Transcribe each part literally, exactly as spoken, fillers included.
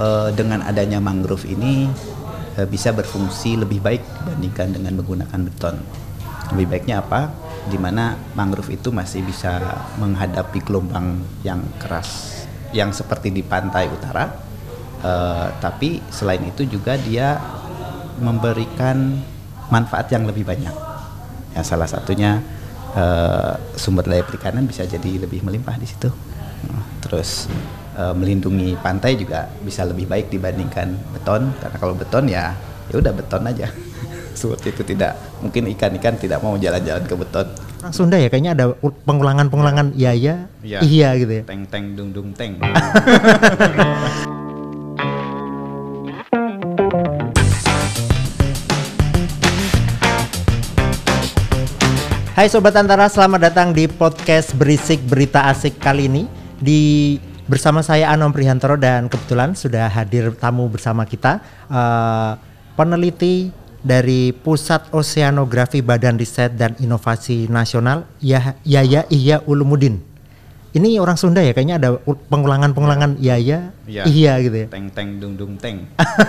uh, dengan adanya mangrove ini uh, bisa berfungsi lebih baik dibandingkan dengan menggunakan beton. Lebih baiknya apa? Di mana mangrove itu masih bisa menghadapi gelombang yang keras, yang seperti di pantai utara. Uh, tapi selain itu juga dia memberikan manfaat yang lebih banyak. Ya, salah satunya uh, sumber daya perikanan bisa jadi lebih melimpah di situ. Uh, terus uh, melindungi pantai juga bisa lebih baik dibandingkan beton, karena kalau beton ya ya udah beton aja. Seperti itu, tidak mungkin ikan-ikan tidak mau jalan-jalan ke beton. Orang Sunda ya kayaknya ada pengulangan-pengulangan ya ya, ya. Iya gitu ya. Teng teng dung dung teng. Hai Sobat Antara, selamat datang di podcast Berisik Berita Asik kali ini. Di bersama saya Anom Prihantoro dan kebetulan sudah hadir tamu bersama kita, uh, peneliti dari Pusat Oseanografi Badan Riset dan Inovasi Nasional Yaya Ihya Ulumuddin. Ini orang Sunda ya, kayaknya ada pengulangan-pengulangan Yaya ya. Ihya gitu ya. Teng teng dung dung teng.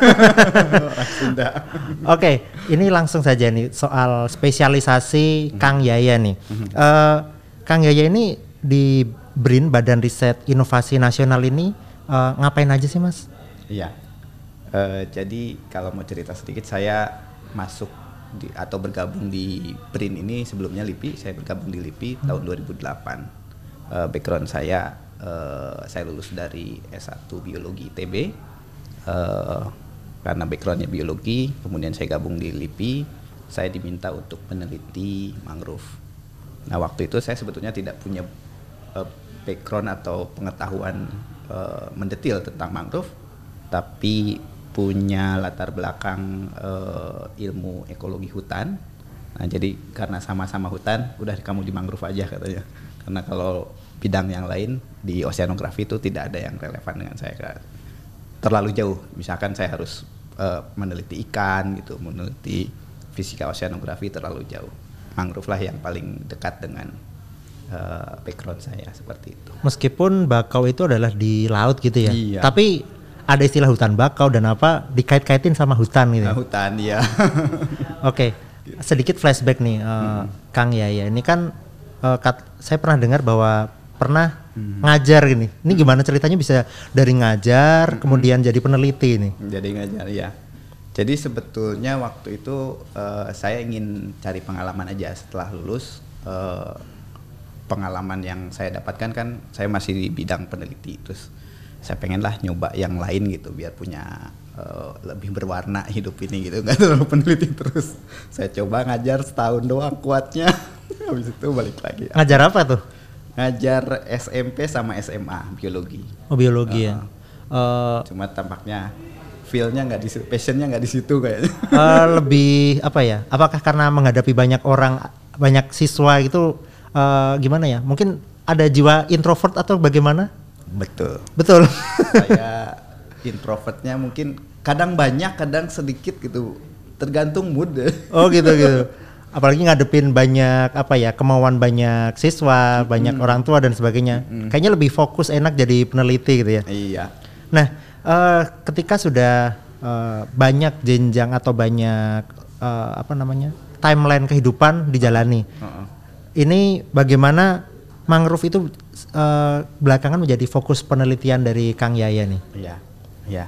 Orang Sunda. Oke, ini langsung saja nih soal spesialisasi mm-hmm. Kang Yaya nih. Mm-hmm. Uh, Kang Yaya ini di B R I N, Badan Riset Inovasi Nasional ini uh, ngapain aja sih Mas? Iya. Uh, jadi kalau mau cerita sedikit, saya masuk di, atau bergabung di B R I N ini sebelumnya LIPI. Saya bergabung di LIPI hmm. tahun dua ribu delapan. Uh, background saya, uh, saya lulus dari S satu Biologi I T B. Uh, karena backgroundnya biologi, kemudian saya gabung di LIPI. Saya diminta untuk meneliti mangrove. Nah waktu itu saya sebetulnya tidak punya uh, background atau pengetahuan uh, mendetil tentang mangrove, tapi punya latar belakang uh, ilmu ekologi hutan. Nah jadi karena sama-sama hutan, udah kamu di mangrove aja katanya. Karena kalau bidang yang lain di oseanografi itu tidak ada yang relevan dengan saya, terlalu jauh. Misalkan saya harus uh, meneliti ikan gitu, meneliti fisika oseanografi terlalu jauh. Mangrove lah yang paling dekat dengan uh, background saya, seperti itu. Meskipun bakau itu adalah di laut gitu ya, iya. Tapi ada istilah hutan bakau dan apa dikait-kaitin sama hutan gitu. Nah, hutan ya. Oke, sedikit flashback nih, uh, hmm. Kang Yaya. Ini kan uh, kat, saya pernah dengar bahwa pernah hmm. ngajar gini. Ini gimana ceritanya bisa dari ngajar hmm. kemudian jadi peneliti ini? Jadi ngajar ya. Jadi sebetulnya waktu itu uh, saya ingin cari pengalaman aja setelah lulus. Uh, pengalaman yang saya dapatkan kan saya masih di bidang peneliti, terus saya pengen lah nyoba yang lain gitu biar punya uh, lebih berwarna hidup ini gitu, nggak terlalu peneliti terus. Saya coba ngajar setahun doang kuatnya, habis itu balik lagi. Ngajar apa tuh? Ngajar S M P sama S M A biologi. Oh biologi uh, ya. Uh, Cuma tampaknya feel-nya nggak di situ, passion-nya nggak di situ kayaknya. Uh, lebih apa ya? Apakah karena menghadapi banyak orang, banyak siswa gitu, uh, gimana ya? Mungkin ada jiwa introvert atau bagaimana? Betul. Betul. Saya introvertnya mungkin kadang banyak, kadang sedikit gitu. Tergantung mood. Oh gitu gitu. Apalagi ngadepin banyak apa ya, kemauan banyak siswa, hmm. banyak orang tua dan sebagainya. Hmm. Kayaknya lebih fokus, enak jadi peneliti gitu ya. Iya. Nah, uh, ketika sudah uh, banyak jenjang atau banyak uh, apa namanya? timeline kehidupan dijalani. Uh-uh. Ini bagaimana mangrove itu uh, belakangan menjadi fokus penelitian dari Kang Yaya nih? Iya, iya,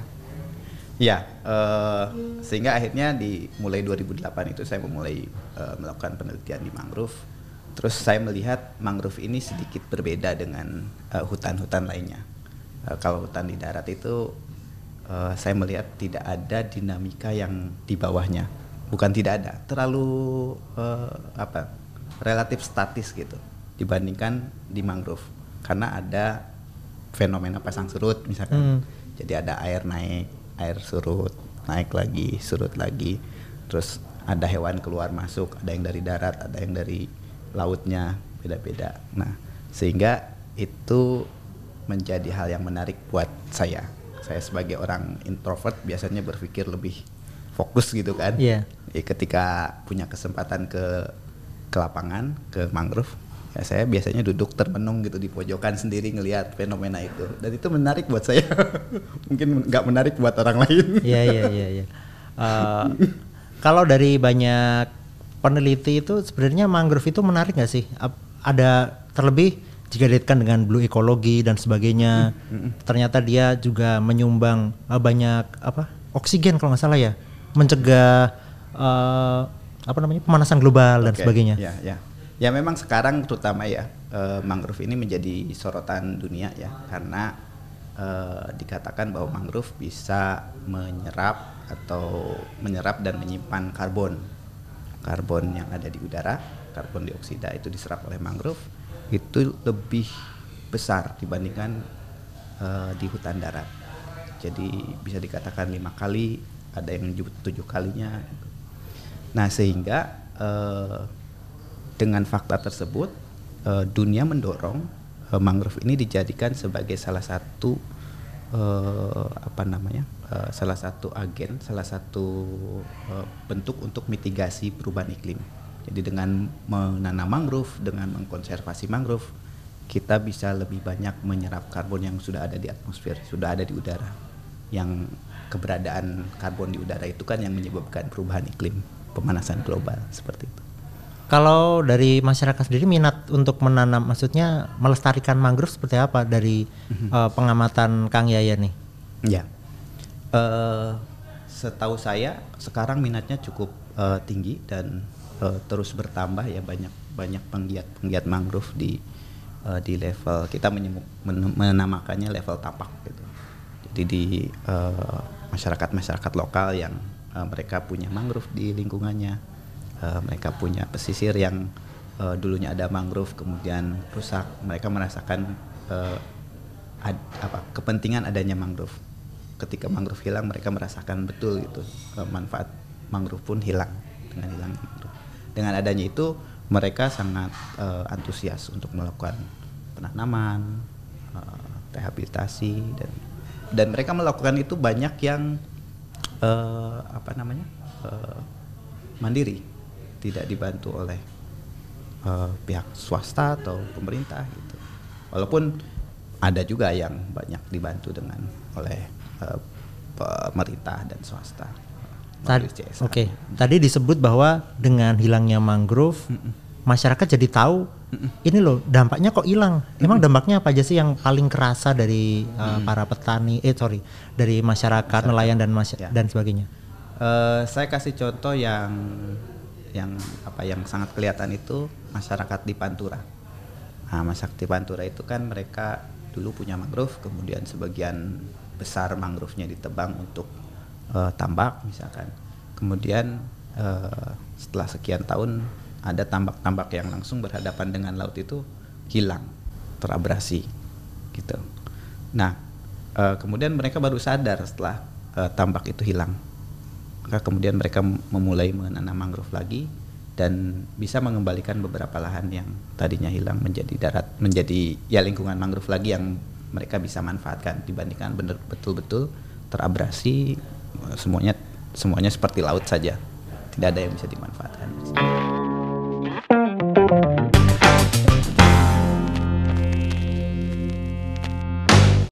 iya. Uh, sehingga akhirnya di mulai dua ribu delapan itu saya memulai uh, melakukan penelitian di mangrove. Terus saya melihat mangrove ini sedikit berbeda dengan uh, hutan-hutan lainnya. Uh, kalau hutan di darat itu uh, saya melihat tidak ada dinamika yang di bawahnya. Bukan tidak ada, terlalu uh, apa? relatif statis gitu dibandingkan di mangrove, karena ada fenomena pasang surut misalkan. Hmm. Jadi ada air naik, air surut, naik lagi, surut lagi. Terus ada hewan keluar masuk, ada yang dari darat, ada yang dari lautnya, beda-beda. Nah, sehingga itu menjadi hal yang menarik buat saya. Saya sebagai orang introvert biasanya berpikir lebih fokus gitu kan. Iya. Yeah. Ketika punya kesempatan ke ke lapangan, ke mangrove, Ya, saya biasanya duduk termenung gitu di pojokan sendiri ngelihat fenomena itu, dan itu menarik buat saya. Mungkin nggak menarik buat orang lain. Iya iya iya. Ya. Uh, kalau dari banyak peneliti itu sebenarnya mangrove itu menarik nggak sih? Ada terlebih jika dikaitkan dengan blue ekologi dan sebagainya. Hmm, hmm. Ternyata dia juga menyumbang uh, banyak apa oksigen kalau nggak salah ya, mencegah uh, apa namanya pemanasan global dan okay. sebagainya. Ya, ya. Ya memang sekarang terutama ya uh, mangrove ini menjadi sorotan dunia ya, karena uh, dikatakan bahwa mangrove bisa menyerap atau menyerap dan menyimpan karbon karbon yang ada di udara, karbon dioksida itu diserap oleh mangrove itu lebih besar dibandingkan uh, di hutan darat. Jadi bisa dikatakan lima kali, ada yang menyebut tujuh kalinya. Nah sehingga uh, dengan fakta tersebut, uh, dunia mendorong uh, mangrove ini dijadikan sebagai salah satu uh, apa namanya, uh, salah satu agen, salah satu uh, bentuk untuk mitigasi perubahan iklim. Jadi dengan menanam mangrove, dengan mengkonservasi mangrove, kita bisa lebih banyak menyerap karbon yang sudah ada di atmosfer, sudah ada di udara. Yang keberadaan karbon di udara itu kan yang menyebabkan perubahan iklim, pemanasan global seperti itu. Kalau dari masyarakat sendiri minat untuk menanam, maksudnya melestarikan mangrove seperti apa dari mm-hmm. uh, pengamatan Kang Yaya nih? Ya, uh, setahu saya sekarang minatnya cukup uh, tinggi dan uh, terus bertambah ya, banyak banyak penggiat-penggiat mangrove di uh, di level kita menyemuk, men- menamakannya level tapak gitu. Jadi di uh, masyarakat-masyarakat lokal yang uh, mereka punya mangrove di lingkungannya. Uh, mereka punya pesisir yang uh, dulunya ada mangrove kemudian rusak, mereka merasakan uh, ad, apa kepentingan adanya mangrove. Ketika mangrove hilang, mereka merasakan betul gitu uh, manfaat mangrove pun hilang dengan hilangnya mangrove. Dengan adanya itu mereka sangat uh, antusias untuk melakukan penanaman, uh, rehabilitasi dan dan mereka melakukan itu banyak yang uh, apa namanya uh, mandiri, tidak dibantu oleh uh, pihak swasta atau pemerintah gitu. Walaupun ada juga yang banyak dibantu dengan oleh uh, pemerintah dan swasta. Oke, okay. Tadi disebut bahwa dengan hilangnya mangrove, Mm-mm. masyarakat jadi tahu Mm-mm. ini loh dampaknya kok hilang. Emang Mm-mm. dampaknya apa aja sih yang paling kerasa dari uh, para petani, eh sorry, dari masyarakat, masyarakat. nelayan dan masy- ya. dan sebagainya? Uh, saya kasih contoh yang yang apa yang sangat kelihatan itu masyarakat di Pantura. Nah, masyarakat di Pantura itu kan mereka dulu punya mangrove, kemudian sebagian besar mangrove-nya ditebang untuk uh, tambak misalkan. Kemudian uh, setelah sekian tahun ada tambak-tambak yang langsung berhadapan dengan laut itu hilang, terabrasi gitu. Nah, uh, kemudian mereka baru sadar setelah uh, tambak itu hilang. Maka kemudian mereka memulai menanam mangrove lagi dan bisa mengembalikan beberapa lahan yang tadinya hilang menjadi darat, menjadi ya lingkungan mangrove lagi yang mereka bisa manfaatkan dibandingkan benar betul-betul terabrasi, semuanya semuanya seperti laut saja, tidak ada yang bisa dimanfaatkan.